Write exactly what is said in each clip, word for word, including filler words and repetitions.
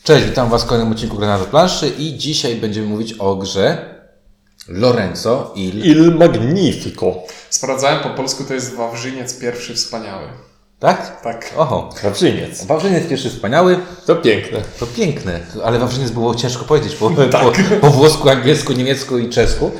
Cześć, witam Was w kolejnym odcinku Gry na planszy i dzisiaj będziemy mówić o grze Lorenzo il... Il Magnifico. Sprawdzałem, po polsku to jest Wawrzyniec pierwszy wspaniały. Tak? Tak. Oho. Wawrzyniec. Wawrzyniec pierwszy wspaniały. To piękne. To piękne, ale Wawrzyniec było ciężko powiedzieć po, Tak. po, po włosku, angielsku, niemiecku i czesku.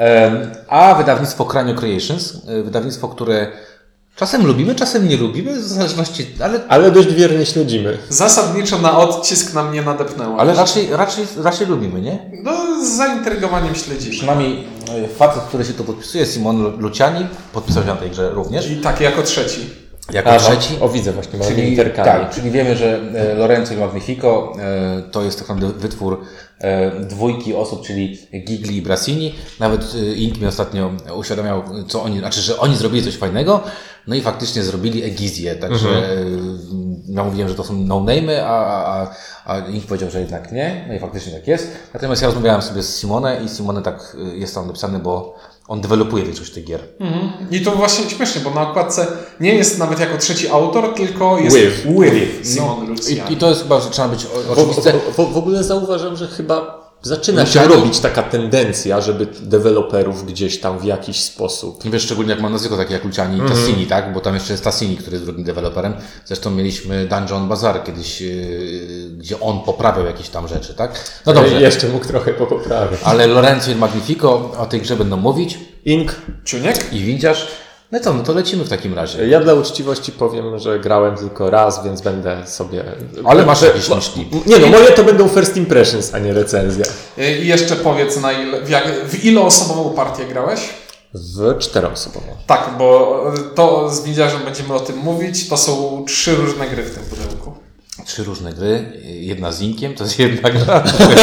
A wydawnictwo Cranio Creations, wydawnictwo, które czasem lubimy, czasem nie lubimy, w zależności, ale... Ale dość wiernie śledzimy. Zasadniczo na odcisk nam nie nadepnęło. Ale raczej, raczej, raczej lubimy, nie? No, z zaintrygowaniem śledzimy. Przynajmniej facet, który się tu podpisuje, Simon Luciani, podpisał się na tej grze również. I tak jako trzeci. Jako A, trzeci. O, widzę właśnie, mamy Czyli, literkami. tak, czyli wiemy, że e, Lorenzo il Magnifico e, to jest tak naprawdę wytwór e, dwójki osób, czyli Gigli i Brassini. Nawet e, Ink mi ostatnio uświadamiał, co oni, znaczy, że oni zrobili coś fajnego, no i faktycznie zrobili Egizję, także mhm. e, ja mówiłem, że to są no-name'y, a, a, a Ink powiedział, że jednak nie, no i faktycznie tak jest. Natomiast ja rozmawiałem sobie z Simone i Simone tak jest tam napisany, bo on dewelopuje większość tych gier. Mhm. I to właśnie śmiesznie, bo na okładce nie jest nawet jako trzeci autor, tylko jest With. with Simon No, Luciani. i, I to jest chyba, że trzeba być o, W, oczywiste. w, w, w ogóle zauważam, że chyba zaczyna się Luciani- robić taka tendencja, żeby deweloperów gdzieś tam w jakiś sposób... Nie wiesz, szczególnie jak ma nazwisko takie jak Luciani i Mhm. Tassini, tak? Bo tam jeszcze jest Tassini, który jest drugim deweloperem. Zresztą mieliśmy Dungeon Bazaar kiedyś, yy, gdzie on poprawiał jakieś tam rzeczy, tak? No dobrze. Jeszcze mógł trochę popoprawić. Ale Lorenzo il Magnifico, o tej grze będą mówić Ink. Ciuniek? i Windziarz. No i co, no to lecimy w takim razie. Ja dla uczciwości powiem, że grałem tylko raz, więc będę sobie... Ale masz jakieś myśli. Nie no, moje to będą first impressions, a nie recenzja. I jeszcze powiedz, na ile, w, jak, w iloosobową partię grałeś? W czteroosobową. Tak, bo to z Windziarzem będziemy o tym mówić. To są trzy różne gry w tym pudełku. Trzy różne gry. Jedna z Inkiem, to jest jedna gra.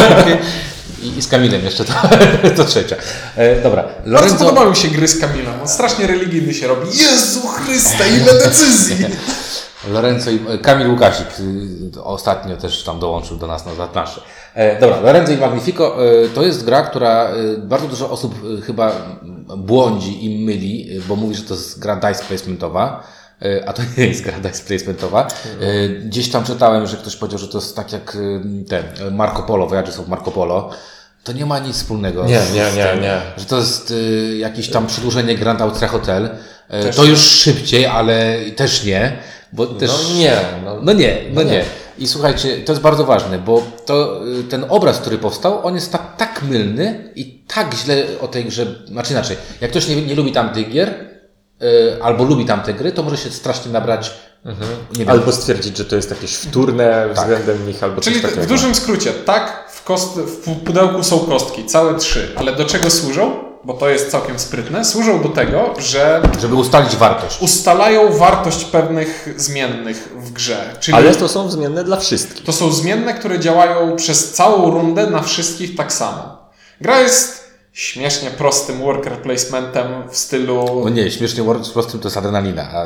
I, I z Kamilem jeszcze to, to trzecia. E, dobra. Bardzo Lorenzo... podobały mi się gry z Kamilem. On strasznie religijny się robi. Jezu Chryste, ile decyzji! Lorenzo i Kamil Łukasik y, ostatnio też tam dołączył do nas na zaplanszę. E, dobra, Lorenzo i Magnifico e, to jest gra, która e, bardzo dużo osób e, chyba błądzi i myli, e, bo mówi, że to jest gra dice placementowa, e, a to nie jest gra dice placementowa. E, gdzieś tam czytałem, że ktoś powiedział, że to jest tak jak e, ten Marco Polo, Voyages of Marco Polo. To nie ma nic wspólnego. Nie, z nie, nie, tym, nie. Że to jest y, jakieś tam przedłużenie Grand Austria Hotel. Y, Też to nie. już szybciej, ale też nie. Bo też, No nie. No, no nie, no no nie. nie. I słuchajcie, to jest bardzo ważne, bo to, y, ten obraz, który powstał, on jest tak, tak mylny i tak źle o tej grze, znaczy inaczej, jak ktoś nie, nie lubi tamtych gier, y, albo lubi tamte gry, to może się strasznie nabrać, Mhm. nie wiem, Albo stwierdzić, że to jest jakieś wtórne Tak. względem nich, albo Czyli coś takiego. w dużym skrócie, tak, w, kost, w pudełku są kostki, całe trzy, ale do czego służą? Bo to jest całkiem sprytne. Służą do tego, że żeby ustalić wartość. ustalają wartość pewnych zmiennych w grze. Czyli Ale to są wzmienne dla wszystkich. to są zmienne, które działają przez całą rundę na wszystkich tak samo. Gra jest śmiesznie prostym worker placementem w stylu... No nie, śmiesznie wor- z prostym to jest adrenalina, a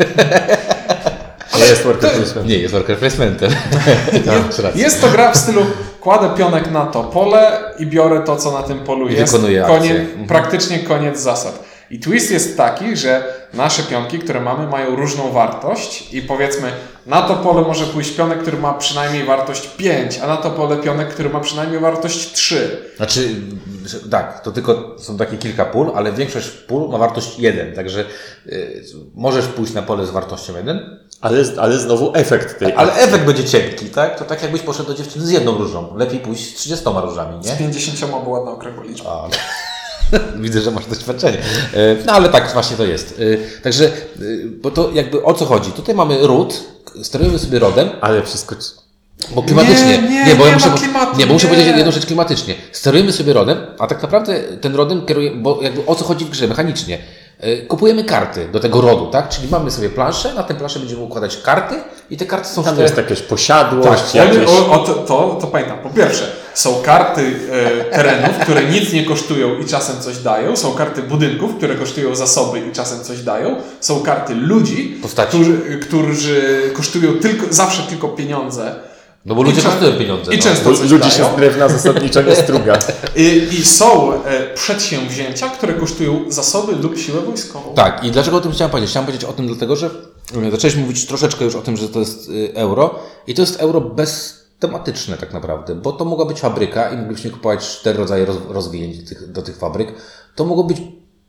Nie jest worker placement. nie jest worker placementem. Masz rację. Jest to gra w stylu kładę pionek na to pole i biorę to, co na tym polu I jest. wykonuję Koniec, akcję. Mhm. praktycznie koniec zasad. I twist jest taki, że nasze pionki, które mamy, mają różną wartość i powiedzmy, na to pole może pójść pionek, który ma przynajmniej wartość pięć, a na to pole pionek, który ma przynajmniej wartość trzy. Znaczy, że- tak, to tylko są takie kilka pól, ale większość pól ma wartość jeden, także y, możesz pójść na pole z wartością jeden, Ale, ale znowu efekt tej ale efekt będzie cienki, tak? To tak jakbyś poszedł do dziewczyny z jedną różą. Lepiej pójść z trzydziestoma różami, Z nie? pięćdziesięcioma była ładna okrągła liczba. A, widzę, że masz doświadczenie. Y, No ale tak właśnie to jest. Y, Także, y, bo to jakby o co chodzi? Tutaj mamy ród, sterujemy sobie rodem, Ale wszystko... bo klimatycznie. Nie, nie, bo ja nie muszę, ma klimatu, nie, bo muszę nie. powiedzieć jedną rzecz klimatycznie. Sterujemy sobie rodem, a tak naprawdę ten rodem kieruje, bo jakby o co chodzi w grze mechanicznie. Yy, Kupujemy karty do tego rodu, tak? Czyli mamy sobie planszę, na tę planszę będziemy układać karty i te karty są Tam w te... jest jakaś posiadłość, Tak, jakieś... o, o, to, to, to pamiętam. Po pierwsze, są karty e, terenów, które nic nie kosztują i czasem coś dają. Są karty budynków, które kosztują zasoby i czasem coś dają. Są karty ludzi, Postaci. którzy, którzy kosztują tylko, zawsze tylko pieniądze. No bo ludzie I czas- kosztują pieniądze. i no. często- Bo coś ludzi się dają. z drewna zasadniczo nie struga. I, i są e, przedsięwzięcia, które kosztują zasoby lub siłę wojskową. Tak, i dlaczego o tym chciałem powiedzieć? Chciałem powiedzieć o tym dlatego, że y, zaczęliśmy mówić troszeczkę już o tym, że to jest y, euro i to jest euro bez tematyczne tak naprawdę, bo to mogła być fabryka i moglibyśmy kupować cztery rodzaje roz, rozwinięć do tych, do tych fabryk. To mogło być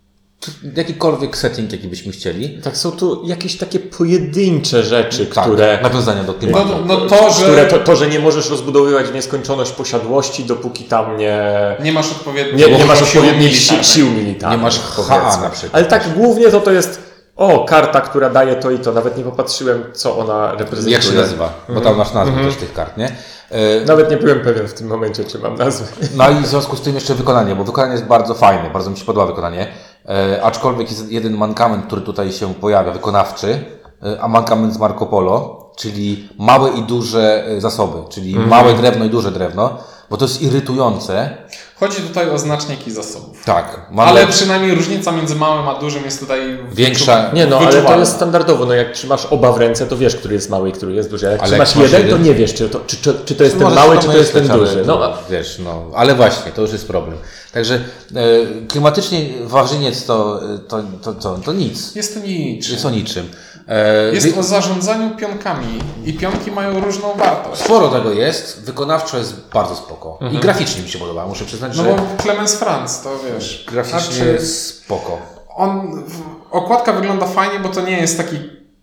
jakikolwiek setting, jaki byśmy chcieli. Tak, są tu jakieś takie pojedyncze rzeczy, Tak, które... nawiązania do klimatu. No, no to, że... Które to, to, że nie możesz rozbudowywać w nieskończoność posiadłości, dopóki tam nie... Nie masz odpowiednich Nie, nie masz sił odpowiednich si, militarnych. sił militarnych. Nie masz H A powiedzmy. na przykład. Ale tak głównie to to jest o, karta, która daje to i to. Nawet nie popatrzyłem, co ona reprezentuje. Jak się nazywa? Bo tam masz nazwę też tych kart, nie? E, Nawet nie byłem pewien w tym momencie, czy mam nazwę. No i w związku z tym jeszcze wykonanie, bo wykonanie jest bardzo fajne, bardzo mi się podoba wykonanie. E, aczkolwiek jest jeden mankament, który tutaj się pojawia, wykonawczy, e, a mankament z Marco Polo, czyli małe i duże e, zasoby, czyli mm. małe drewno i duże drewno, bo to jest irytujące. Chodzi tutaj o znaczniki zasobów. Tak. Mamy... Ale przynajmniej różnica między małym a dużym jest tutaj Większa. Nie no, ale to wyczuwalna. jest standardowo. No jak trzymasz oba w ręce, to wiesz, który jest mały i który jest duży. A jak Ale trzymasz jak masz jeden, jeden, to nie wiesz, czy to, czy, czy, czy to jest ten Możesz mały, czy to jest ten myśleć, duży. ale No, to, wiesz, no, ale właśnie, to już jest problem. Także e, klimatycznie Wawrzyniec to, to, to, to, to nic. Jest to niczym. Jest o niczym. E, Jest wy- o zarządzaniu pionkami i pionki mają różną wartość. Sporo tego jest, wykonawczo jest bardzo spoko. I graficznie mi się podoba, muszę przyznać, No że bo Clemens Franz, to wiesz. graficznie znaczy, jest spoko. on, w- okładka wygląda fajnie, bo to nie jest taki.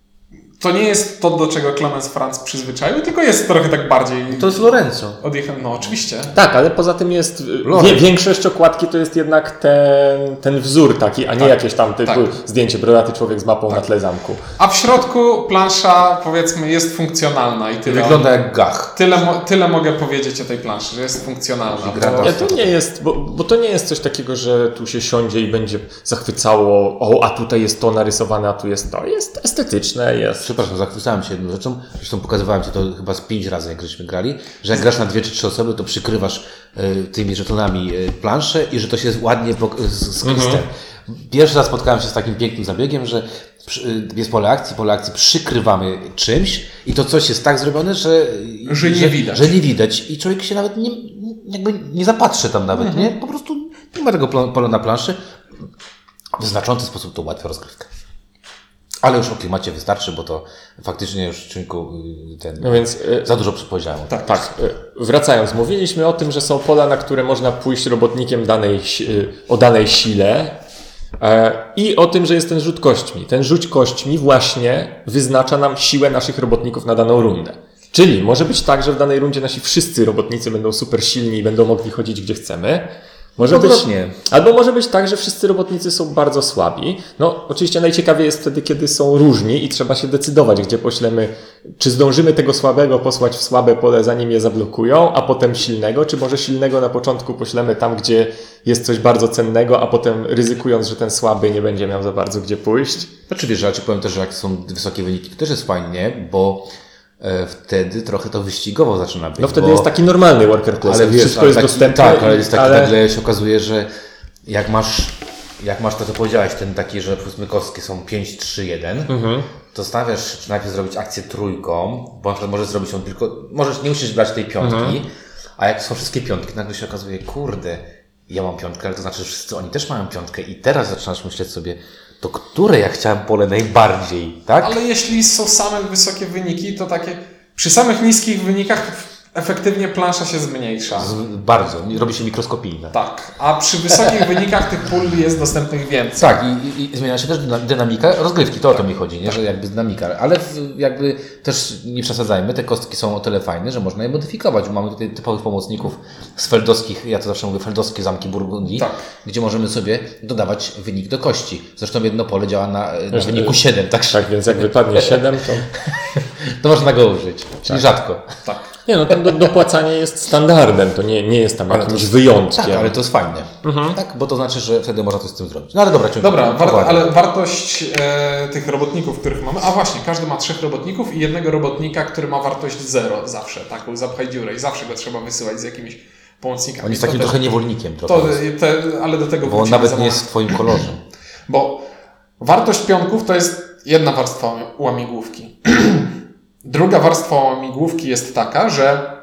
To nie jest to, do czego Clemens Franz przyzwyczaił, tylko jest trochę tak bardziej To jest Lorenzo. odjechany. No oczywiście. tak, ale poza tym jest. Lore. Wie, większość okładki to jest jednak ten, ten wzór taki, a nie Tak. jakieś tam typu Tak. zdjęcie brodaty człowiek z mapą na tle zamku. A w środku plansza, powiedzmy, jest funkcjonalna i tyle. Wygląda jak gach. Tyle, mo- tyle mogę powiedzieć o tej planszy, że jest funkcjonalna. gra Bo, to- Nie, to nie jest, bo, bo to nie jest coś takiego, że tu się siądzie i będzie zachwycało, o, a tutaj jest to narysowane, a tu jest to. Jest estetyczne, jest. Przepraszam, zachwycałem się jedną rzeczą. Zresztą pokazywałem Ci to chyba z pięć razy, jak żeśmy grali, że jak grasz na dwie czy trzy osoby, to przykrywasz y, tymi żetonami y, planszę i że to się ładnie pok- z, z kristem. Pierwszy raz spotkałem się z takim pięknym zabiegiem, że przy, y, jest pole akcji, pole akcji przykrywamy czymś i to coś jest tak zrobione, że, Że nie widać. Że nie widać i człowiek się nawet nie, jakby nie zapatrzy tam nawet, nie? Po prostu nie ma tego pl- pola na planszy. W znaczący sposób to ułatwia rozgrywkę. Ale już o klimacie wystarczy, bo to faktycznie już człowieku y, ten, No więc e, za dużo przypowiedziałem. tak, tak. e, Wracając, mówiliśmy o tym, że są pola, na które można pójść robotnikiem danej, si- e, o danej sile e, i o tym, że jest ten rzut kośćmi. Ten rzut kośćmi właśnie wyznacza nam siłę naszych robotników na daną rundę. Czyli może być tak, że w danej rundzie nasi wszyscy robotnicy będą super silni i będą mogli chodzić gdzie chcemy. Może być, Odwrotnie. albo może być tak, że wszyscy robotnicy są bardzo słabi. No, oczywiście najciekawiej jest wtedy, kiedy są różni i trzeba się decydować, gdzie poślemy, czy zdążymy tego słabego posłać w słabe pole, zanim je zablokują, a potem silnego, czy może silnego na początku poślemy tam, gdzie jest coś bardzo cennego, a potem ryzykując, że ten słaby nie będzie miał za bardzo gdzie pójść. Znaczy wiesz, ale ci powiem też, że jak są wysokie wyniki, to też jest fajnie, bo e, wtedy trochę to wyścigowo zaczyna być. No wtedy bo, jest taki normalny worker placement, ale wiesz, wszystko ale jest taki, dostępne. Tak, ale jest taki, ale... nagle się okazuje, że jak masz, jak masz to, co powiedziałeś, ten taki, że powiedzmy kostki są pięć, trzy, jeden, Mhm. to stawiasz, czy najpierw zrobić akcję trójką, bo na przykład możesz zrobić ją tylko, możesz, nie musisz brać tej piątki, Mhm. a jak są wszystkie piątki, nagle się okazuje, kurde, ja mam piątkę, ale to znaczy, że wszyscy oni też mają piątkę i teraz zaczynasz myśleć sobie, to które ja chciałem pole najbardziej, tak? Ale jeśli są same wysokie wyniki, to takie. Przy samych niskich wynikach efektywnie plansza się zmniejsza. Z, bardzo, robi się mikroskopijne. Tak. A przy wysokich wynikach tych pól jest dostępnych więcej. Tak, i, i, i zmienia się też dyna- dynamika rozgrywki, to o to mi chodzi, nie? Że jakby dynamika, ale w, jakby też nie przesadzajmy, te kostki są o tyle fajne, że można je modyfikować. Mamy tutaj typowych pomocników z feldowskich, ja to zawsze mówię, feldowskie zamki Burgundii, Tak. gdzie możemy sobie dodawać wynik do kości. Zresztą jedno pole działa na, na wyniku siedem, tak? Tak, więc jak wypadnie siedem, to... To można go użyć, czyli rzadko. Tak. Nie no, tam do, dopłacanie jest standardem, to nie, nie jest tam Ale to jakimś jest- wyjątkiem. Tak, ale to jest fajne. Tak, bo to znaczy, że wtedy można coś z tym zrobić. No ale dobra, ciągle. Dobra, war, Poważnie. ale wartość e, tych robotników, których mamy. A właśnie, każdy ma trzech robotników i jednego robotnika, który ma wartość zero zawsze. Taką zapchaj dziurę i zawsze go trzeba wysyłać z jakimiś pomocnikami. On jest To takim też- trochę niewolnikiem. Trochę To, jest, te, ale do tego bo on wrócimy nawet za nie jest moment. w twoim kolorze. Bo wartość pionków to jest jedna warstwa łamigłówki. Druga warstwa łamigłówki jest taka, że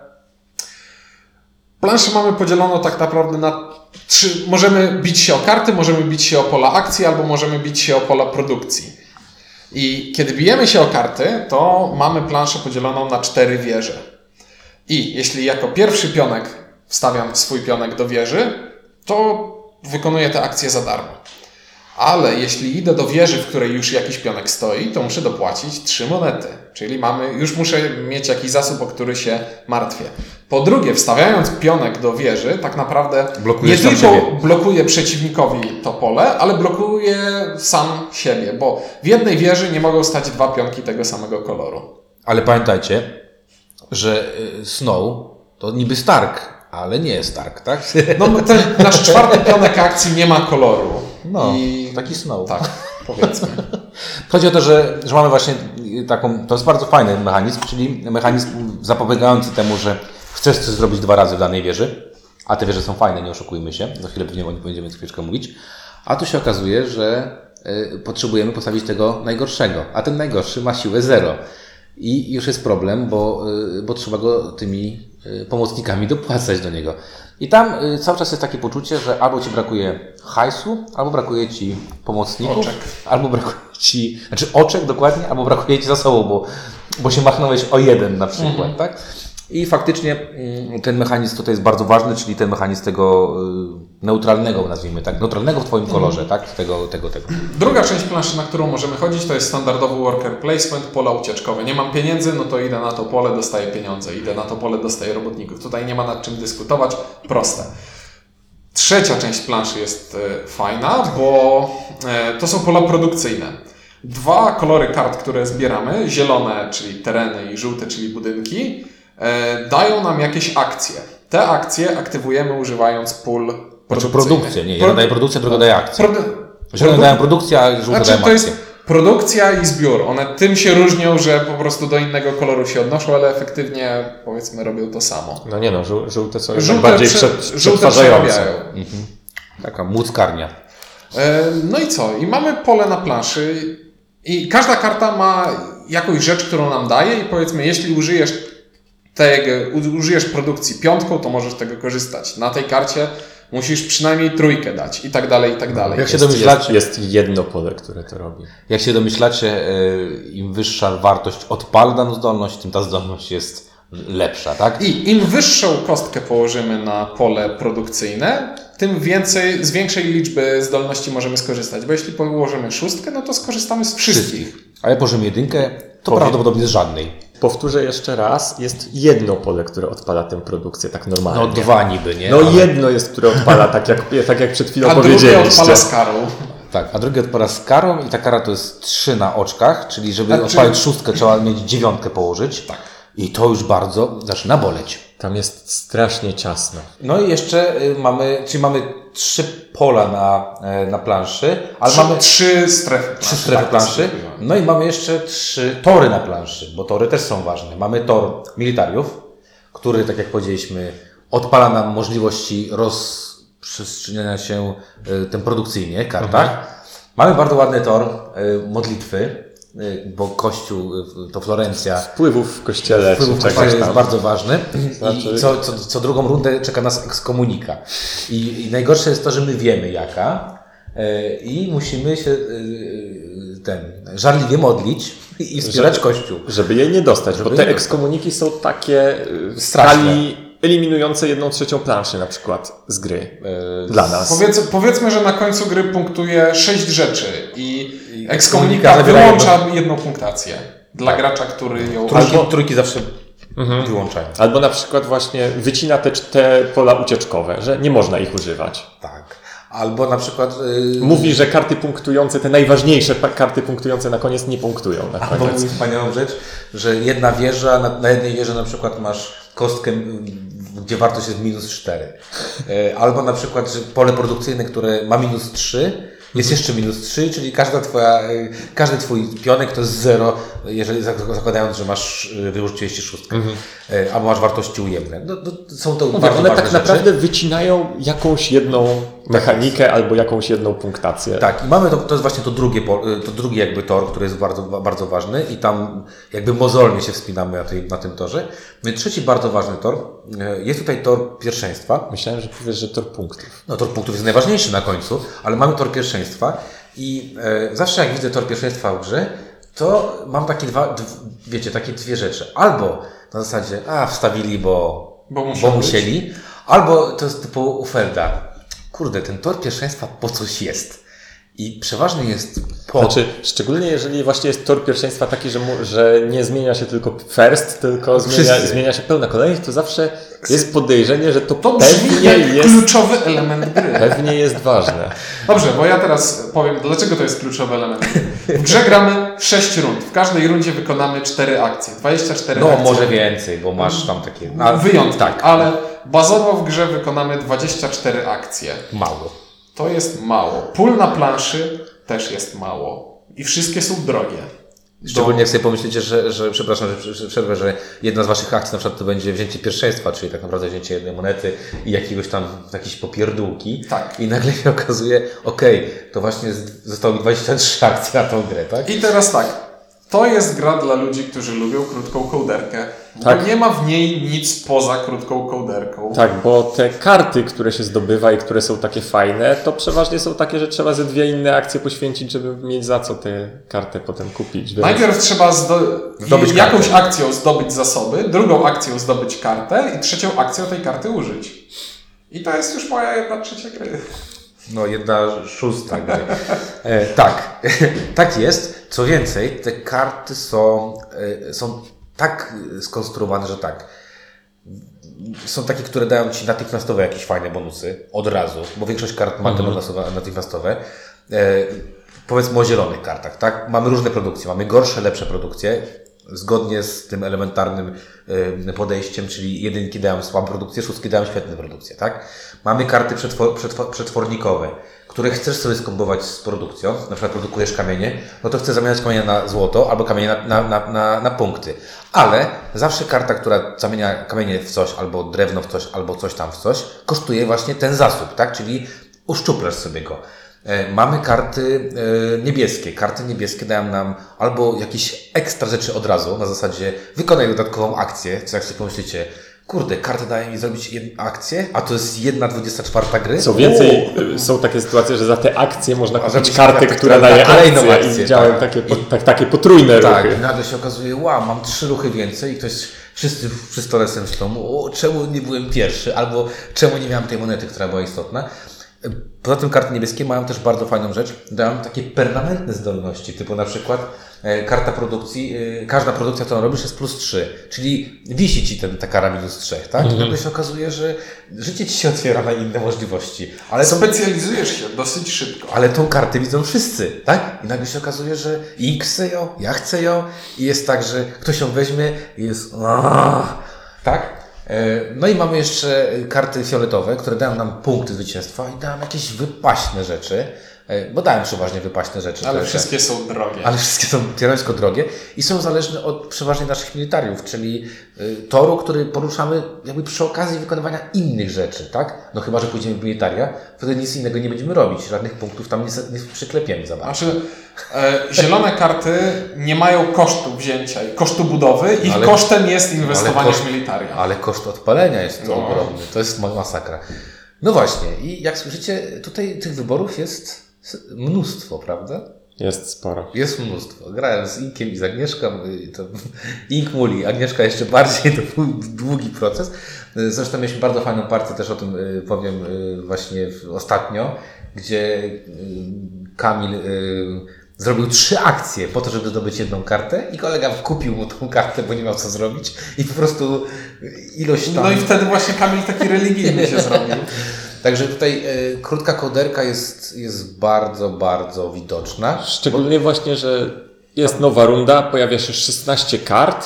planszę mamy podzieloną tak naprawdę na trzy. Możemy bić się o karty, możemy bić się o pola akcji, albo możemy bić się o pola produkcji. I kiedy bijemy się o karty, to mamy planszę podzieloną na cztery wieże. I jeśli jako pierwszy pionek wstawiam swój pionek do wieży, to wykonuję tę akcję za darmo. Ale jeśli idę do wieży, w której już jakiś pionek stoi, to muszę dopłacić trzy monety. Czyli mamy, już muszę mieć jakiś zasób, o który się martwię. Po drugie, wstawiając pionek do wieży, tak naprawdę Blokujesz nie sam tylko siebie. blokuję przeciwnikowi to pole, ale blokuję sam siebie, bo w jednej wieży nie mogą stać dwa pionki tego samego koloru. Ale pamiętajcie, że y, Snow to niby Stark, ale nie jest Stark, tak? No ten nasz czwarty pionek akcji nie ma koloru. No, I taki Snow. tak, powiedzmy. Chodzi o to, że, że mamy właśnie taką, to jest bardzo fajny mechanizm, czyli mechanizm zapobiegający temu, że chcesz coś zrobić dwa razy w danej wieży, a te wieże są fajne, nie oszukujmy się, za chwilę pewnie o nich będziemy chwileczkę mówić, a tu się okazuje, że y, potrzebujemy postawić tego najgorszego, a ten najgorszy ma siłę zero. I już jest problem, bo, y, bo trzeba go tymi y, pomocnikami dopłacać do niego. I tam y, cały czas jest takie poczucie, że albo ci brakuje hajsu, albo brakuje ci pomocników, Oczek. albo brakuje ci, znaczy oczek dokładnie, albo brakuje ci zasobu, bo, bo się machnąłeś o jeden na przykład, Mhm. tak? I faktycznie y, ten mechanizm tutaj jest bardzo ważny, czyli ten mechanizm tego y, neutralnego, nazwijmy tak, neutralnego w twoim kolorze, tak? Tego, tego, tego. Druga część planszy, na którą możemy chodzić, to jest standardowy worker placement, pola ucieczkowe. Nie mam pieniędzy, no to idę na to pole, dostaję pieniądze. Idę na to pole, dostaję robotników. Tutaj nie ma nad czym dyskutować. Proste. Trzecia część planszy jest e, fajna, bo e, to są pola produkcyjne. Dwa kolory kart, które zbieramy, zielone, czyli tereny i żółte, czyli budynki, e, dają nam jakieś akcje. Te akcje aktywujemy używając pól Znaczy produkcyjnych. produkcję, nie, jedna daje produkcję, druga daje akcję. Produ- Zielone dają produkcję, a żółte Znaczy, dają to jest akcję. produkcja i zbiór. One tym się różnią, że po prostu do innego koloru się odnoszą, ale efektywnie, powiedzmy, robią to samo. No nie no, żół- żółte są jednak Żółte bardziej prze- przed, żółte przetwarzające. przerabiają. Taka młóckarnia. E, No i co? I mamy pole na planszy i każda karta ma jakąś rzecz, którą nam daje i powiedzmy, jeśli użyjesz tego, użyjesz produkcji piątką, to możesz z tego korzystać. Na tej karcie musisz przynajmniej trójkę dać i tak dalej, i tak dalej. Jak się Jest, domyślacie, jest, jest jedno pole, które to robi. jak się domyślacie, y, im wyższa wartość odpal daną zdolność, tym ta zdolność jest lepsza, tak? I im wyższą kostkę położymy na pole produkcyjne, tym więcej, z większej liczby zdolności możemy skorzystać. Bo jeśli położymy szóstkę, no to skorzystamy z wszystkich. A jak położymy jedynkę, to Powiem. prawdopodobnie z żadnej. Powtórzę jeszcze raz, jest jedno pole, które odpala tę produkcję tak normalnie. No dwa niby, nie? No Ale- jedno jest, które odpala, tak jak, tak jak przed chwilą A drugie powiedzieliście. odpala z karą. Tak, a drugi odpala z karą i ta kara to jest trzy na oczkach, czyli żeby Znaczy- odpalić szóstkę trzeba mieć dziewiątkę położyć. Tak. I to już bardzo zaczyna boleć. Tam jest strasznie ciasno. No i jeszcze y, mamy, czyli mamy trzy pola na, e, na planszy, ale Trzy, mamy trzy strefy. trzy strefy Tak, planszy. tak. No i mamy jeszcze trzy tory na planszy, bo tory też są ważne. Mamy tor militariów, który, tak jak powiedzieliśmy, odpala nam możliwości rozprzestrzeniania się y, tym produkcyjnie, kartach. Mamy bardzo ładny tor y, modlitwy, y, bo kościół, y, to Florencja, Wpływów w kościele, wpływ czy w czegoś kościele jest tam. bardzo ważny Znaczy- i co, co, co drugą rundę czeka nas ekskomunika. I, I najgorsze jest to, że my wiemy jaka e, i musimy się e, ten, żarliwie modlić i wspierać Że- Kościół. Żeby jej nie dostać, bo Żeby te nie dostać. ekskomuniki są takie y, w Straszne. skali eliminujące jedną trzecią planszy na przykład z gry. E, Dla nas. Powiedz, powiedzmy, że na końcu gry punktuje sześć rzeczy i ekskomunika ekskomunika zawiera wyłącza jedną punktację dla gracza, który ją... Trójki, Albo- trójki zawsze wyłączają. Albo na przykład właśnie wycina te, te pola ucieczkowe, że nie można ich używać. Tak. Albo na przykład... e, Mówi, że karty punktujące, te najważniejsze pa- karty punktujące na koniec nie punktują na Albo koniec. mówi wspaniałą rzecz, że jedna wieża, na, na jednej wieży na przykład masz kostkę, m, gdzie wartość jest minus cztery. E, Albo na przykład, że pole produkcyjne, które ma minus trzy, jest jeszcze minus trzy, czyli każda twoja, e, każdy twój pionek to jest zero, jeżeli zak- zakładając, że masz e, wyłóż trzydzieści sześć. E, Albo masz wartości ujemne. No, no, są to Mówię, bardzo one ważne tak rzeczy. naprawdę wycinają jakąś jedną mechanikę albo jakąś jedną punktację. Tak, i mamy to, to jest właśnie to drugie, po- to drugi jakby tor, który jest bardzo, bardzo ważny i tam jakby mozolnie się wspinamy na, tej, na tym torze. No i trzeci bardzo ważny tor, e, jest tutaj tor pierwszeństwa. Myślałem, że powiesz, że tor punktów. No tor punktów jest najważniejszy na końcu, ale mamy tor pierwszeństwa i e, zawsze jak widzę tor pierwszeństwa w grze, to mam takie dwa, dw, wiecie, takie dwie rzeczy. Albo na zasadzie, a wstawili, bo, Bo bo musieli. musieli. Albo to jest typu oferta. Kurde, ten tor pierwszeństwa po coś jest. I przeważnie jest po... Znaczy, szczególnie jeżeli właśnie jest tor pierwszeństwa taki, że, mu, że nie zmienia się tylko first, tylko zmienia, Wszyscy. zmienia się pełna kolejność, to zawsze jest podejrzenie, że to, To brzmi pewnie jak jest, kluczowy element gry. pewnie jest ważne. Dobrze, bo ja teraz powiem, dlaczego to jest kluczowy element. W grze gramy sześć rund. W każdej rundzie wykonamy cztery akcje. dwadzieścia cztery No, akcje. może więcej, bo masz tam takie... A, Wyjątki, tak, ale bazowo w grze wykonamy dwadzieścia cztery akcje. mało. To jest mało. Pól na planszy też jest mało. I wszystkie są drogie. Szczególnie jak sobie pomyślicie, że, że przepraszam, że, że przerwę, że jedna z waszych akcji na przykład to będzie wzięcie pierwszeństwa, czyli tak naprawdę wzięcie jednej monety i jakiegoś tam jakiejś popierdółki. Tak. I nagle się okazuje, okej, okay, to właśnie z- zostało mi dwadzieścia trzy akcje na tą grę, tak? I teraz tak. To jest gra dla ludzi, którzy lubią krótką kołderkę. Tak. Bo nie ma w niej nic poza krótką kołderką. Tak, bo te karty, które się zdobywa i które są takie fajne, to przeważnie są takie, że trzeba ze dwie inne akcje poświęcić, żeby mieć za co tę kartę potem kupić. Więc... Najpierw trzeba zdo- Zdobyć i jakąś kartę. akcją zdobyć zasoby, drugą akcją zdobyć kartę i trzecią akcją tej karty użyć. I to jest już moja jedna trzecia gry. No, jedna szósta gry. E, tak, tak jest. Co więcej, te karty są, e, są tak skonstruowane, że tak. Są takie, które dają ci natychmiastowe jakieś fajne bonusy od razu, bo większość kart ma te bonusy natychmiastowe. E, powiedzmy o zielonych kartach, tak? Mamy różne produkcje, mamy gorsze, lepsze produkcje. Zgodnie z tym elementarnym y, podejściem, czyli jedynki dają słabą produkcję, szóstki dają świetne produkcje, tak? Mamy karty przetwor, przetwor, przetwornikowe, które chcesz sobie skombować z produkcją, na przykład produkujesz kamienie, no to chcesz zamieniać kamienie na złoto albo kamienie na, na, na, na, na punkty. Ale zawsze karta, która zamienia kamienie w coś, albo drewno w coś, albo coś tam w coś, kosztuje właśnie ten zasób, tak? Czyli uszczuplasz sobie go. Mamy karty niebieskie. Karty niebieskie dają nam albo jakieś ekstra rzeczy od razu, na zasadzie wykonaj dodatkową akcję, co jak sobie pomyślicie, kurde, karty dają mi zrobić jedną akcję, a to jest jedna dwudziesta czwarta gry. Co więcej, Uuu. są takie sytuacje, że za te akcje można kupić zrobić kartę, kartę, która która daje da kolejną akcję, akcję, i widziałem tak. takie, po, tak, takie potrójne Tak, ruchy. i nagle się okazuje, wow, mam trzy ruchy więcej i ktoś, wszyscy przy stole sobie myślą, o, czemu nie byłem pierwszy, albo czemu nie miałem tej monety, która była istotna. Poza tym karty niebieskie mają też bardzo fajną rzecz, dają takie permanentne zdolności, typu na przykład e, karta produkcji, e, każda produkcja, którą robisz jest plus trzy, czyli wisi ci ten, ta kara minus trzy, tak? I nagle się okazuje, że życie ci się otwiera na inne możliwości. Ale są, Specjalizujesz się dosyć szybko. ale tą kartę widzą wszyscy, tak? I nagle się okazuje, że Ink chce ją, ja chcę ją i jest tak, że ktoś ją weźmie i jest aaa, tak? No i mamy jeszcze karty fioletowe, które dają nam punkty zwycięstwa i dają jakieś wypaśne rzeczy, bo dają przeważnie wypaśne rzeczy. Ale które- wszystkie są drogie. ale wszystkie są tirańsko drogie i są zależne od przeważnie naszych militariów, czyli y, toru, który poruszamy jakby przy okazji wykonywania innych rzeczy, tak? No chyba, że pójdziemy w militaria, wtedy nic innego nie będziemy robić, żadnych punktów tam nie, nie przyklepiemy za bardzo. Znaczy, e, zielone karty nie mają kosztu wzięcia i kosztu budowy. Ich Ale- kosztem jest inwestowanie ale koszt- w militaria. Ale koszt odpalenia jest No. ogromny, to jest ma- masakra. No właśnie i jak słyszycie, tutaj tych wyborów jest mnóstwo, prawda? Jest sporo. Jest mnóstwo. Grałem z Inkiem i z Agnieszką. i To Ink muli, Agnieszka jeszcze bardziej, to był długi proces. Zresztą mieliśmy bardzo fajną partię, też o tym y, powiem y, właśnie w- ostatnio, gdzie y, Kamil y, zrobił trzy akcje po to, żeby zdobyć jedną kartę i kolega kupił mu tą kartę, bo nie miał co zrobić i po prostu ilość tam... No i wtedy właśnie Kamil taki religijny się zrobił. Także tutaj y, krótka kołderka jest, jest bardzo, bardzo widoczna. Szczególnie właśnie, że jest nowa runda, pojawia się szesnaście kart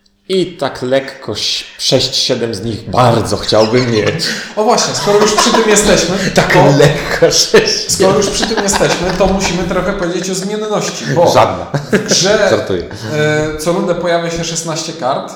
i tak lekko sześć siedem z nich bardzo chciałbym mieć. O właśnie, skoro już przy tym jesteśmy, Tak to, lekko sześć. skoro już przy tym jesteśmy, to musimy trochę powiedzieć o zmienności, bo Żadna. w grze Żartuję. e, co rundę pojawia się szesnaście kart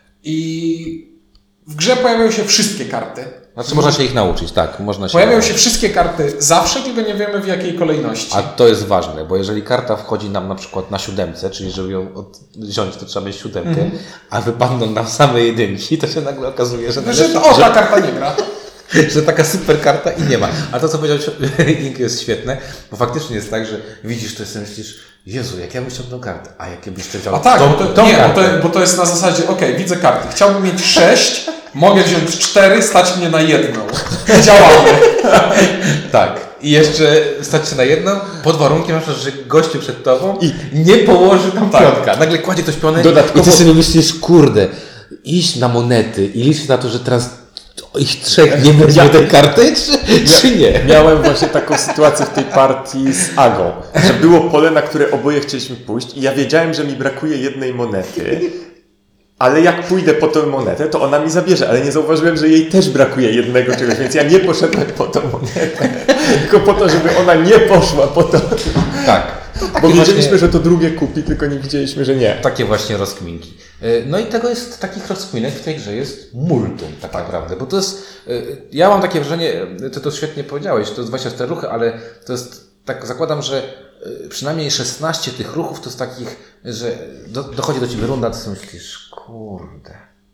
i w grze pojawiają się wszystkie karty. Znaczy można się ich nauczyć, tak. Można się Pojawiają nauczyć. się wszystkie karty zawsze, tylko nie wiemy w jakiej kolejności. A to jest ważne, bo jeżeli karta wchodzi nam na przykład na siódemce, czyli żeby ją od... wziąć, to trzeba mieć siódemkę, Mhm. a wypadną nam same jedynki, to się nagle okazuje, że, Że to, o, ta karta nie gra. że taka super karta i nie ma. A to, co powiedział Ink, jest świetne, bo faktycznie jest tak, że widzisz to i sobie myślisz, Jezu, jak ja bym chciał tą kartę, a jak ja byś chciał A tak, tą, bo to, tą nie, bo kartę. to, bo to jest na zasadzie, okej, widzę karty, chciałbym mieć sześć, mogę wziąć cztery, stać mnie na jedną. Działamy. Tak. I jeszcze stać się na jedną, pod warunkiem na przykład, że gościu przed tobą i nie położy tam Tak. pionka. Nagle kładzie ktoś pionek Dodatkowo- i ty sobie myślisz, kurde, iść na monety i liczyć na to, że teraz ich trzech nie weźmie tej karty, czy, czy nie? Miałem właśnie taką sytuację w tej partii z Agą, że było pole, na które oboje chcieliśmy pójść i ja wiedziałem, że mi brakuje jednej monety, ale jak pójdę po tą monetę, to ona mi zabierze, ale nie zauważyłem, że jej też brakuje jednego czegoś, więc ja nie poszedłem po tą monetę, tylko po to, żeby ona nie poszła po to, Tak. bo wiedzieliśmy, że to drugie kupi, tylko nie widzieliśmy, że nie. Takie właśnie rozkminki. No i tego jest, takich rozkminek w tej grze jest multum tak naprawdę, bo to jest, ja mam takie wrażenie, ty to świetnie powiedziałeś, to jest dwadzieścia cztery ruchy, ale to jest, tak zakładam, że przynajmniej szesnaście tych ruchów to jest takich, że do, dochodzi do ciebie runda, to sobie myślisz, kurde,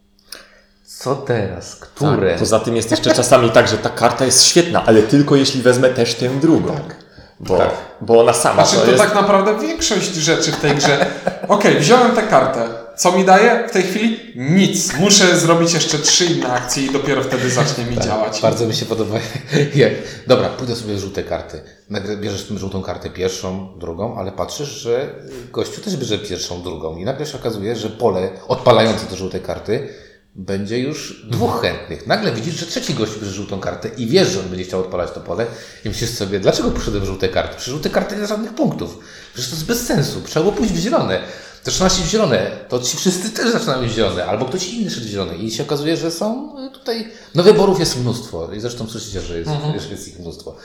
co teraz, które? Tak, poza tym jest jeszcze czasami tak, że ta karta jest świetna, ale tylko jeśli wezmę też tę drugą. Tak. Bo, Tak. bo ona sama Znaczy, to to jest... tak naprawdę większość rzeczy w tej grze. Okej, wziąłem tę kartę. Co mi daje? W tej chwili nic. Muszę zrobić jeszcze trzy inne akcje i dopiero wtedy zacznie mi działać. Bardzo mi się podoba, jak, dobra, pójdę sobie żółte karty. Nagle bierzesz tą żółtą kartę pierwszą, drugą, ale patrzysz, że gościu też bierze pierwszą, drugą i nagle się okazuje, że pole odpalające te żółte karty będzie już dwóch chętnych. Nagle widzisz, że trzeci gość bierze żółtą kartę i wiesz, że on będzie chciał odpalać to pole i myślisz sobie, dlaczego poszedłem w żółte karty? Przecież żółte karty nie ma żadnych punktów. Przecież to jest bez sensu. Trzeba było pójść w zielone. Zaczynasz iść w zielone, to ci wszyscy też zaczynają iść w zielone, albo ktoś inny szedł w zielone i się okazuje, że są tutaj, no wyborów jest mnóstwo i zresztą słyszycie, że jest, Mhm. że jest ich mnóstwo.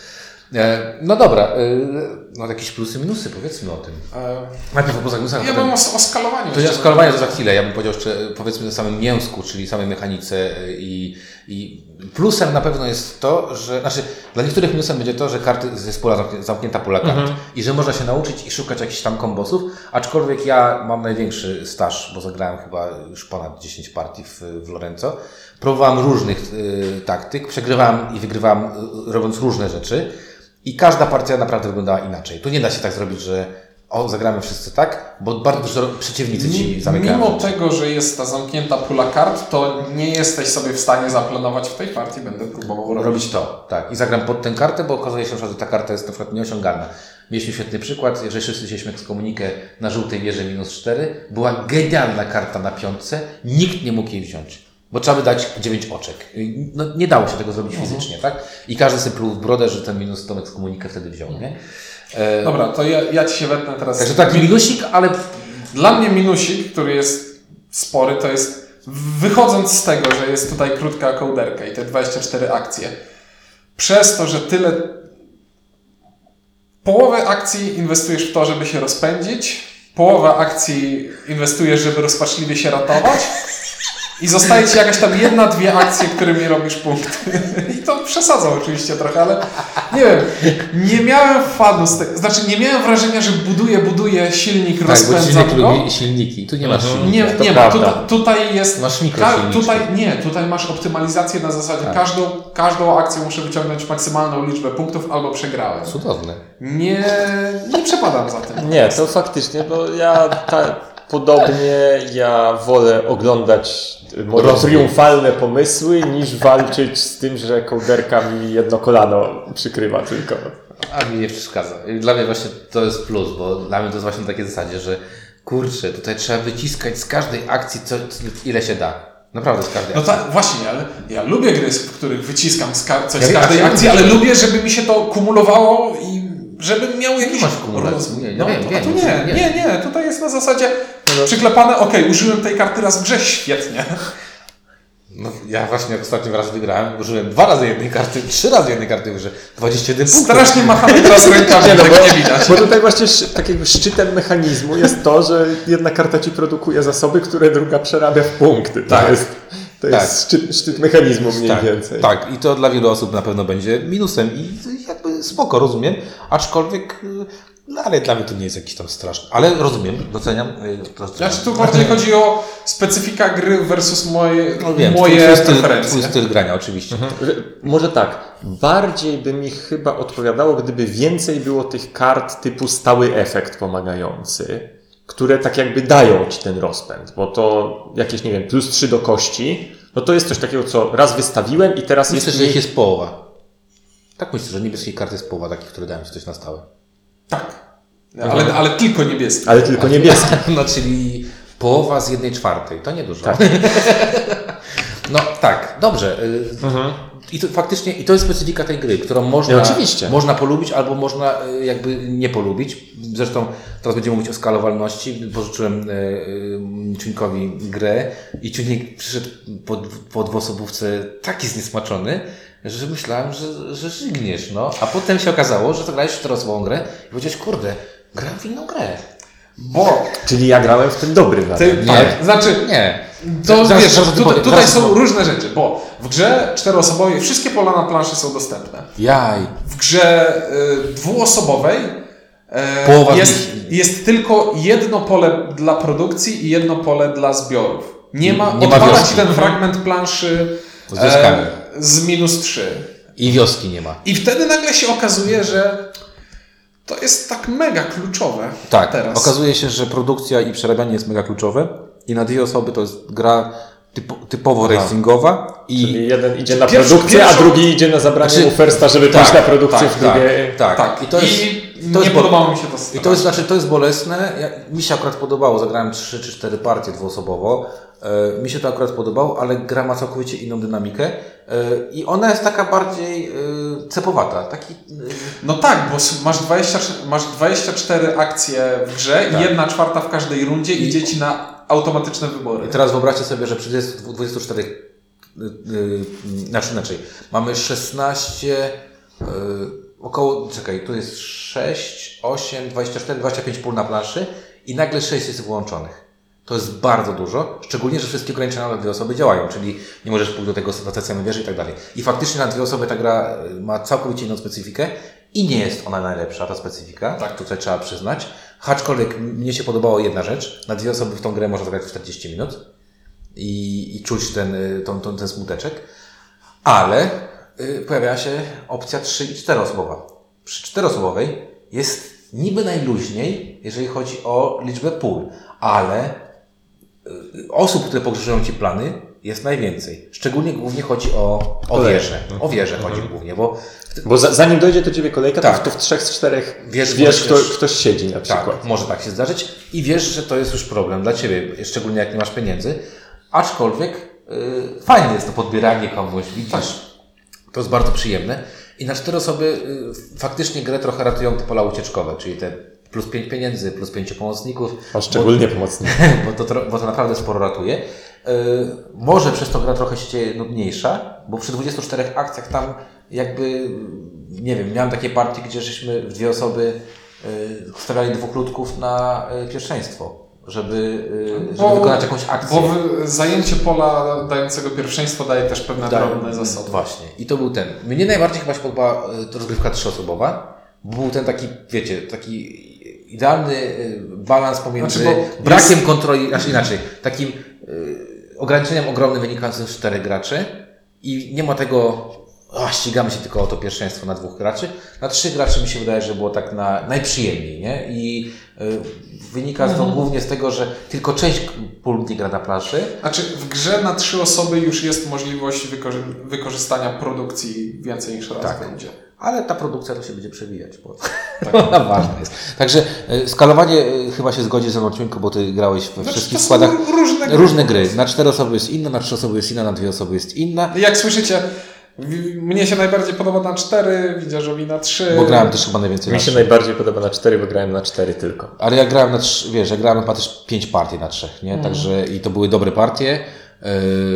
E, no dobra, e, no jakieś plusy, minusy, powiedzmy o tym. E, Najpierw o plusach, minusach, ja potem- bym o, o skalowaniu. to ja jeszcze skalowanie to powiedział. za chwilę. Ja bym powiedział jeszcze, powiedzmy, o samym mięsku, czyli samej mechanice i, i plusem na pewno jest to, że, znaczy dla niektórych minusem będzie to, że karty, jest pula, zamknię- zamknięta pula kart Mhm. i że można się nauczyć i szukać jakichś tam kombosów, aczkolwiek ja mam największy staż, bo zagrałem chyba już ponad dziesięć partii w, w Lorenzo. Próbowałem różnych y, taktyk, przegrywałem i wygrywałem y, robiąc różne rzeczy i każda partia naprawdę wyglądała inaczej. Tu nie da się tak zrobić, że o, zagramy wszyscy tak, bo bardzo dużo przeciwnicy ci Mi- zamykają. Mimo rzeczy. tego, że jest ta zamknięta pula kart, to nie jesteś sobie w stanie zaplanować w tej partii, będę próbował robić. robić to, tak. I zagram pod tę kartę, bo okazuje się, że ta karta jest na przykład nieosiągalna. Mieliśmy świetny przykład, jeżeli wszyscy chcieliśmy komunikę na żółtej wieży minus cztery, była genialna karta na piątce, nikt nie mógł jej wziąć. Bo trzeba by dać dziewięć oczek. No, nie dało się tego zrobić fizycznie, tak? I każdy sobie pluł w brodę, że ten minus Tomek z komunikę wtedy wziął, nie? E, Dobra, to ja, ja Ci się wetnę teraz. Także taki minusik, ale Dla mnie minusik, który jest spory, to jest wychodząc z tego, że jest tutaj krótka kołderka i te dwadzieścia cztery akcje, przez to, że tyle połowę akcji inwestujesz w to, żeby się rozpędzić, połowę akcji inwestujesz, żeby rozpaczliwie się ratować i zostaje Ci jakaś tam jedna, dwie akcje, którymi robisz punkty. I to przesadzam oczywiście trochę, ale nie wiem, nie miałem fanu z tego, znaczy nie miałem wrażenia, że buduję, buduję silnik, tak, bo rozpędzam silnik go. lubi silniki. Tu nie masz silnika. Nie, to nie ma. prawda. Tutaj, tutaj jest. Masz ka, mikrosilniczki. tutaj nie, tutaj masz optymalizację na zasadzie Tak. każdą, każdą akcję muszę wyciągnąć maksymalną liczbę punktów albo przegrałem. Cudowne. Nie, nie przepadam za tym. Nie, to faktycznie, bo ja ta, podobnie ja wolę oglądać moje Rozwój. triumfalne pomysły, niż walczyć z tym, że kołderka mi jedno kolano przykrywa tylko. A mi nie przeszkadza. I dla mnie właśnie to jest plus, bo dla mnie to jest właśnie na takiej zasadzie, że kurczę, tutaj trzeba wyciskać z każdej akcji co, ile się da. Naprawdę z każdej No akcji. tak, właśnie, ale ja lubię gry, w których wyciskam z ka- coś Ja z wiem, każdej a czy- akcji, ale lubię, żeby mi się to kumulowało i żebym miał jakiś masz kumulacji. rozwój. Nie, No, ja wiem, to, wiem, a tu wiem, nie, wiem. nie, nie, tutaj jest na zasadzie przyklepane, okej, użyłem tej karty raz w grze, świetnie. No, ja właśnie jak ostatni raz wygrałem, użyłem dwa razy jednej karty, trzy razy jednej karty w grze, dwadzieścia jeden punktów. Strasznie machamy teraz rękami, Nie, no tego bo, nie widać. bo tutaj właśnie sz, tak jakby szczytem mechanizmu jest to, że jedna karta ci produkuje zasoby, które druga przerabia w punkty. To Tak. jest, to Tak. jest szczyt, szczyt mechanizmu mniej tak, więcej. Tak, i to dla wielu osób na pewno będzie minusem i jakby spoko, rozumiem, aczkolwiek y, No ale dla mnie to nie jest jakiś tam straszny. Ale rozumiem, doceniam. y, To, Znaczy tu bardziej chodzi o specyfika gry versus moje, no wiem, moje twój, twój, styl, preferencje. twój styl grania oczywiście. Może tak, bardziej by mi chyba odpowiadało, gdyby więcej było tych kart typu stały efekt pomagający, które tak jakby dają ci ten rozpęd, bo to jakieś, nie wiem, plus trzy do kości, no to jest coś takiego, co raz wystawiłem i teraz Myślę, jest... że ich jest połowa. Tak myślę, że niebieskich kart jest połowa takich, które dają ci coś na stałe. Tak. Ale, ale tylko niebieskie. Ale tylko niebieskie. No czyli połowa z jednej czwartej. To niedużo. Tak. No tak, dobrze. Y, I to faktycznie, i to jest specyfika tej gry, którą można, No, oczywiście. można polubić albo można y, jakby nie polubić. Zresztą teraz będziemy mówić o skalowalności. Pożyczyłem y, y, Ciuńkowi grę i Ciuńek przyszedł po, po dwuosobówce taki zniesmaczony, że myślałem, że, że żygniesz, no. A potem się okazało, że to grałeś w czteroosobową grę i powiedziałeś, kurde, grałem w inną grę. Bo Czyli ja grałem w ten dobry ty, wariant. Nie. tak, znaczy Nie. to Zaraz- wiesz, zaraz tu, powiem, tutaj zaraz są powiem. różne rzeczy, bo w grze czteroosobowej wszystkie pola na planszy są dostępne. Jaj. W grze y, dwuosobowej y, Połowa z jest, nich- jest tylko jedno pole dla produkcji i jedno pole dla zbiorów. Nie ma, Nie ma odpala wioski. ci ten fragment planszy Z wioskami. z minus trzy. I wioski nie ma. I wtedy nagle się okazuje, że to jest tak mega kluczowe Tak, teraz. okazuje się, że produkcja i przerabianie jest mega kluczowe i na dwie osoby to jest gra typo, typowo Aha. racingowa i Czyli jeden idzie na Pierwszy- produkcję, a pierwszą- drugi idzie na zabranie Znaczy- mu firsta, żeby pójść na produkcję w drugie... tak, Tak, I to jest, I to nie jest bo- podobało mi się to I to jest, znaczy, to jest bolesne. Ja, mi się akurat podobało, zagrałem trzy czy cztery partie dwuosobowo. E, mi się to akurat podobało, ale gra ma całkowicie inną dynamikę e, i ona jest taka bardziej e, cepowata. Taki, e, No tak, bo s- masz dwadzieścia, masz dwadzieścia cztery akcje w grze Tak. i jedna czwarta w każdej rundzie idzie ci na automatyczne wybory. I teraz wyobraźcie sobie, że przy dwudziestu, dwudziestu czterech, yy, yy, znaczy inaczej, mamy szesnaście, yy, około, czekaj, tu jest sześć, osiem, dwadzieścia cztery, dwadzieścia pięć pól na planszy i nagle sześć jest wyłączonych. To jest bardzo dużo, szczególnie, że wszystkie ograniczenia na dwie osoby działają, czyli nie możesz pójść do tego z rotacjami wieży i tak dalej. I faktycznie na dwie osoby ta gra yy, ma całkowicie inną specyfikę i nie jest ona najlepsza, ta specyfika, tak. Tutaj trzeba przyznać. Aczkolwiek mnie się podobała jedna rzecz, na dwie osoby w tą grę można zagrać w czterdzieści minut i, i czuć ten, y, tą, tą, ten smuteczek, ale y, pojawia się opcja trzy i czteroosobowa. Przy czteroosobowej jest niby najluźniej, jeżeli chodzi o liczbę pól, ale y, osób, które pogrzeżują Ci plany, jest najwięcej. Szczególnie głównie chodzi o, o wieże. O wieże chodzi głównie, bo Bo za, zanim dojdzie do ciebie kolejka, Tak. to, to w trzech z czterech Wiesz, wiesz, możesz- kto, ktoś siedzi na tak, przykład. może tak się zdarzyć i wiesz, że to jest już problem dla Ciebie, szczególnie jak nie masz pieniędzy. Aczkolwiek y, fajne jest to podbieranie komuś, widzisz? To jest bardzo przyjemne. I na cztery osoby y, faktycznie grę trochę ratują te pola ucieczkowe, czyli te plus pięć pieniędzy, plus pięciu pomocników. A szczególnie pomocnik. Bo to, tro- bo to naprawdę sporo ratuje. Yy, może przez to gra trochę się dzieje nudniejsza, bo przy dwudziestu czterech akcjach tam jakby, nie wiem, miałem takie partie, gdzie żeśmy w dwie osoby yy, stawiali dwóch ludków na yy, pierwszeństwo, żeby, yy, żeby Bo- wykonać jakąś akcję. Bo w- zajęcie pola dającego pierwszeństwo daje też pewne Tak, drobne zasoby. Właśnie. I to był ten. Mnie najbardziej chyba się podobała y, to rozgrywka trzyosobowa, bo był ten taki, wiecie, taki idealny y, balans pomiędzy Znaczy, bo brakiem jest- kontroli, znaczy inaczej, takim y, ograniczeniem ogromnym wynikającym z czterech graczy i nie ma tego, o, ścigamy się tylko o to pierwszeństwo na dwóch graczy. Na trzy graczy mi się wydaje, że było tak na, najprzyjemniej, nie? I y, wynika to głównie z tego, że tylko część pól nie gra na planszy. Znaczy w grze na trzy osoby już jest możliwość wykorzy- wykorzystania produkcji więcej niż raz Tak. w rundzie. Ale ta produkcja to się będzie przewijać, bo ona ważna jest. Także y, skalowanie y, chyba się zgodzi ze mną, Ciuńku, bo Ty grałeś we Znaczy, wszystkich to są składach. różne gry. Różne gry. Na cztery osoby jest inna, na trzy osoby jest inna, na dwie osoby jest inna. Jak słyszycie, w- mnie się najbardziej podoba na cztery, Widziarzowi na trzy. Bo grałem też chyba najwięcej Mi na się trzy. najbardziej podoba na cztery, bo grałem na cztery tylko. Ale ja grałem na trzy, wiesz, ja grałem chyba też pięć partii na trzech, nie? Także i to były dobre partie. Yy,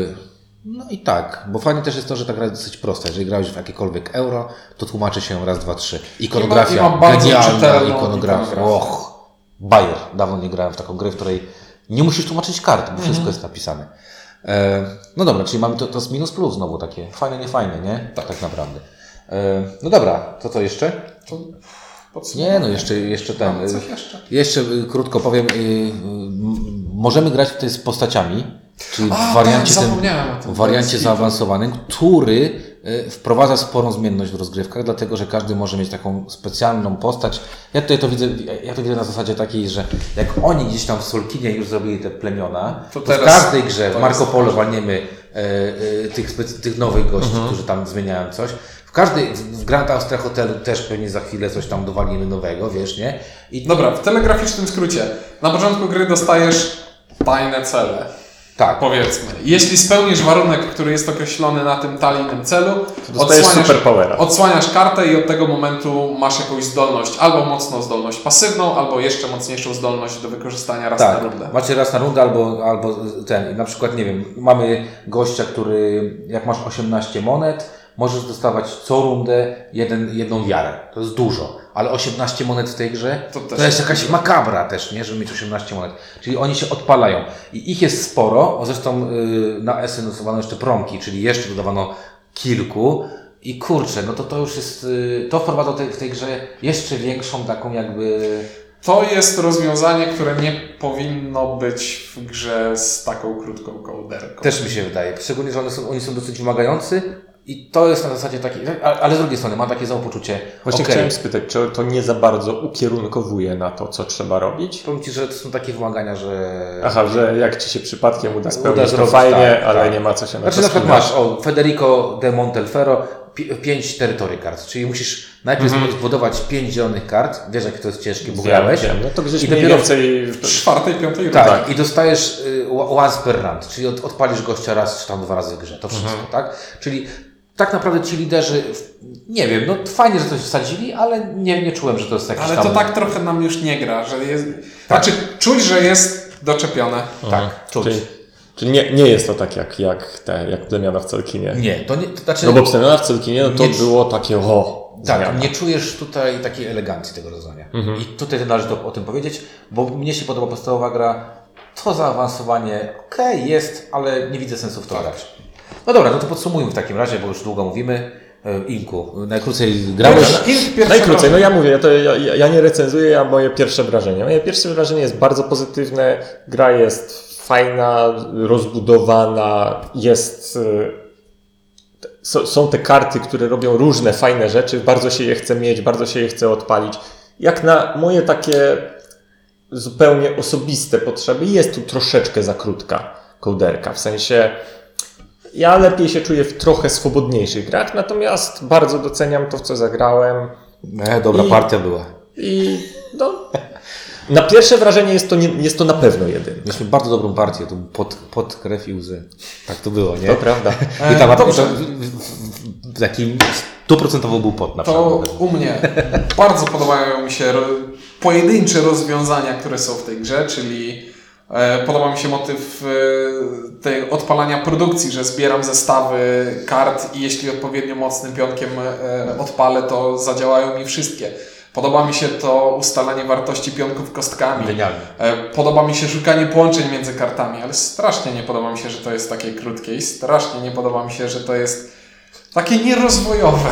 no i tak, bo fajnie też jest to, że ta gra jest dosyć prosta. Jeżeli grałeś w jakiekolwiek euro, to tłumaczy się raz, dwa, trzy. Ikonografia, I ma- i ma bardzo genialna czytelną ikonografia. ikonografię. Och, bajer. Dawno nie grałem w taką grę, w której nie musisz tłumaczyć kart, bo wszystko jest napisane. E, no dobra, czyli mamy to, to z minus plus znowu takie. Fajne, nie fajne, nie? Tak, tak naprawdę. E, no dobra, to co jeszcze? To podsumowanie. Nie, no jeszcze, jeszcze ten. No, coś jeszcze. Jeszcze y, krótko powiem. Y, y, możemy grać tutaj z postaciami, czyli A, w wariancie, tak, tym, zapomniałem o tym. w wariancie To jest zaawansowanym, który y, wprowadza sporą zmienność w rozgrywkach, dlatego że każdy może mieć taką specjalną postać. Ja tutaj to widzę, ja to widzę na zasadzie takiej, że jak oni gdzieś tam w Solkinie już zrobili te plemiona, To to, teraz w każdej grze, to w Marco jest- Polo walniemy e, e, tych, specy- tych nowych gości, Mhm. którzy tam zmieniają coś. W każdej, w Grand Austria Hotelu też pewnie za chwilę coś tam dowalimy nowego, wiesz, nie? I Dobra, w telegraficznym skrócie. Na początku gry dostajesz tajne cele. tak, Powiedzmy. Jeśli spełnisz warunek, który jest określony na tym talijnym celu, dostajesz superpowera. odsłaniasz kartę i od tego momentu masz jakąś zdolność. Albo mocną zdolność pasywną, albo jeszcze mocniejszą zdolność do wykorzystania raz na tak. rundę. Macie raz na rundę albo, albo ten, na przykład, nie wiem, mamy gościa, który, jak masz osiemnaście monet, możesz dostawać co rundę jeden, jedną wiarę. To jest dużo. Ale osiemnaście monet w tej grze To to, też jest jest jakaś dużo. makabra też, nie? Żeby mieć osiemnaście monet. Czyli oni się odpalają. I ich jest sporo. O, zresztą yy, na Essen dodawano jeszcze promki, czyli jeszcze dodawano kilku. I kurczę, no to to już jest, yy, to wprowadza tej, w tej grze jeszcze większą taką jakby... To jest rozwiązanie, które nie powinno być w grze z taką krótką kołderką. Też mi się wydaje. Szczególnie, że one są, oni są dosyć wymagający. I to jest na zasadzie taki, ale ale z drugiej strony mam takie samopoczucie. Właśnie okej, chciałem spytać, czy to nie za bardzo ukierunkowuje na to, co trzeba robić? powiem Ci, że to są takie wymagania, że... Aha, że jak Ci się przypadkiem uda spełnić, to zrobić, fajnie, tak, ale tak. nie ma co się na Znaczy to na przykład spinać. masz, o, Federico de Montelferro, pi- pięć terytorii kart, czyli musisz najpierw Mhm. zbudować pięć zielonych kart, wiesz jak to jest ciężkie, bo Wiem, grałeś. wiem. No to gdzieś I mniej dopiero- więcej... W czwartej, piątej Tak, rundzie. i dostajesz y, once per round, czyli od, odpalisz gościa raz czy tam dwa razy w grze, to wszystko, Mhm. tak? Czyli tak naprawdę ci liderzy, w- nie wiem, no fajnie, że coś wsadzili, ale nie, nie czułem, że to jest jakiś Ale tam... to tak trochę nam już nie gra, że jest... Tak. Znaczy, czuć, że jest doczepione. Tak, czuć. Czyli, czyli nie, nie jest to tak jak, jak te, jak plemiona w Celkinie. Nie, to nie, to znaczy... No bo plemiona w Celkinie, no to Nie- było takie o, Tak, zmiana. nie czujesz tutaj takiej elegancji tego rozwiązania. Mhm. I tutaj należy to, o tym powiedzieć, bo mnie się podoba podstawowa gra. To zaawansowanie okej jest, ale nie widzę sensu w to grać. No dobra, no to podsumujmy w takim razie, bo już długo mówimy. E, Inku, najkrócej grałeś. Ilk pierwsze Najkrócej, no wrażenie. ja mówię, ja, to, ja, ja ja nie recenzuję, ja moje pierwsze wrażenie. Moje pierwsze wrażenie jest bardzo pozytywne, gra jest fajna, rozbudowana, jest... y, s- Są te karty, które robią różne fajne rzeczy, bardzo się je chce mieć, bardzo się je chce odpalić. Jak na moje takie zupełnie osobiste potrzeby, jest tu troszeczkę za krótka kołderka. W sensie ja lepiej się czuję w trochę swobodniejszych grach, natomiast bardzo doceniam to, w co zagrałem. E, dobra I- partia była. I no, na pierwsze wrażenie jest to, nie, jest to na pewno jeden. Mieliśmy bardzo dobrą partię, to pod, pod krew i łzy. Tak to było, nie? To prawda. I tam E, dobrze. to, w- w- w- taki stuprocentowo był pot na To przykład. u mnie bardzo podobają mi się ro- pojedyncze rozwiązania, które są w tej grze, czyli e, podoba mi się motyw e, tej odpalania produkcji, że zbieram zestawy kart i jeśli odpowiednio mocnym pionkiem e, odpalę, to zadziałają mi wszystkie. Podoba mi się to ustalanie wartości pionków kostkami. Genialnie. E, Podoba mi się szukanie połączeń między kartami, ale strasznie nie podoba mi się, że to jest takie krótkie i strasznie nie podoba mi się, że to jest takie nierozwojowe.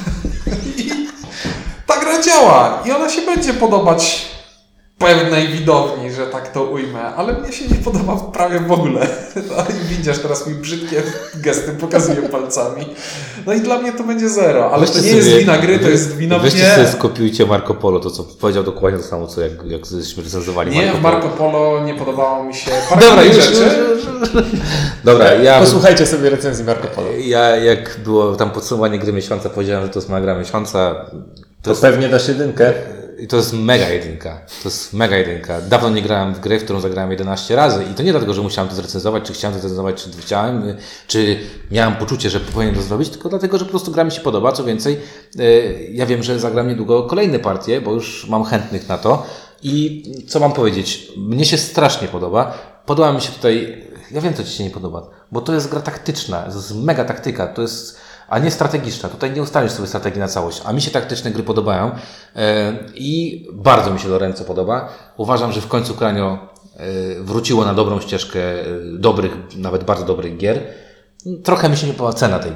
I ta gra działa i ona się będzie podobać pewnej widowni, że tak to ujmę, ale mnie się nie podoba prawie w ogóle. No i widzisz, teraz mi brzydkie gesty pokazuje palcami. No i dla mnie to będzie zero, ale Weźcie to nie jest sobie- wina gry, to wy- jest wina Weźcie mnie. sobie skopiujcie Marco Polo, to co powiedział dokładnie to samo, co jak, jak żeśmy recenzowali Nie, w Polo. Marco Polo nie podobało mi się parę Dobra, innych już, rzeczy. już, już, już. Dobra, ja, Posłuchajcie sobie recenzji Marco Polo. ja jak było tam podsumowanie gry miesiąca, powiedziałem, że to jest moja gra miesiąca. To To jest, pewnie dasz jedynkę. i to jest mega jedynka. To jest mega jedynka. Dawno nie grałem w grę, w którą zagrałem jedenaście razy i to nie dlatego, że musiałem to zrecenzować, czy chciałem to zrecenzować, czy chciałem, y, czy miałem poczucie, że powinienem to zrobić, tylko dlatego, że po prostu gra mi się podoba. Co więcej, y, ja wiem, że zagram niedługo kolejne partie, bo już mam chętnych na to. I co mam powiedzieć? Mnie się strasznie podoba. Podoba mi się tutaj, ja wiem, co Ci się nie podoba, bo to jest gra taktyczna, to jest mega taktyka, to jest, a nie strategiczna. Tutaj nie ustalisz sobie strategii na całość, a mi się taktyczne gry podobają e, i bardzo mi się Lorenzo podoba. Uważam, że w końcu Kranio e, wróciło na dobrą ścieżkę e, dobrych, nawet bardzo dobrych gier. Trochę mi się nie podoba cena tej gry.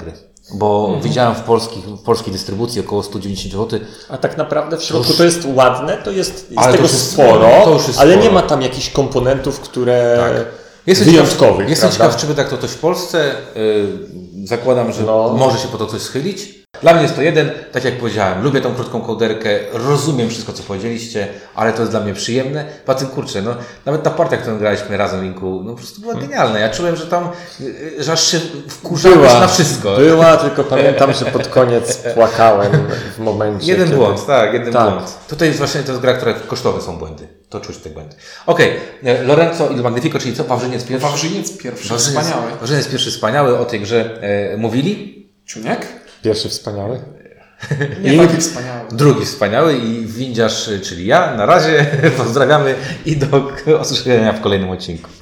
Bo Mhm. widziałem w, polskich, w polskiej dystrybucji około sto dziewięćdziesiąt złotych. A tak naprawdę w środku już- to jest ładne, to jest, Ale jest to tego już jest sporo, sporo, to już jest ale sporo. nie ma tam jakichś komponentów, które Tak. Jestem wyjątkowych, ciekaw, jestem prawda? ciekaw, czy by tak to ktoś w Polsce. Yy, zakładam, że No. może się po to coś schylić. Dla mnie jest to jeden, tak jak powiedziałem, lubię tą krótką kołderkę, rozumiem wszystko, co powiedzieliście, ale to jest dla mnie przyjemne. Po tym kurczę, no, nawet ta partia, którą graliśmy razem, Linku, no po prostu była genialna. Ja czułem, że tam, yy, że aż się wkurzałeś na wszystko. Była, tylko pamiętam, że pod koniec płakałem w momencie. Jeden kiedy... błąd, tak, jeden Tak. błąd. Tutaj jest właśnie, to jest gra, która kosztowe są błędy. To czuć te błędy. Okej, okay. Lorenzo Il Magnifico, czyli co? Wawrzyniec pierwszy? Wawrzyniec pierwszy, Wawrzyniec, wspaniały. Wawrzyniec pierwszy wspaniały, o tej grze e, mówili. Ciuniek? Pierwszy wspaniały. Nie I- taki wspaniały. Drugi wspaniały i windziarz, czyli ja. Na razie pozdrawiamy i do usłyszenia w kolejnym odcinku.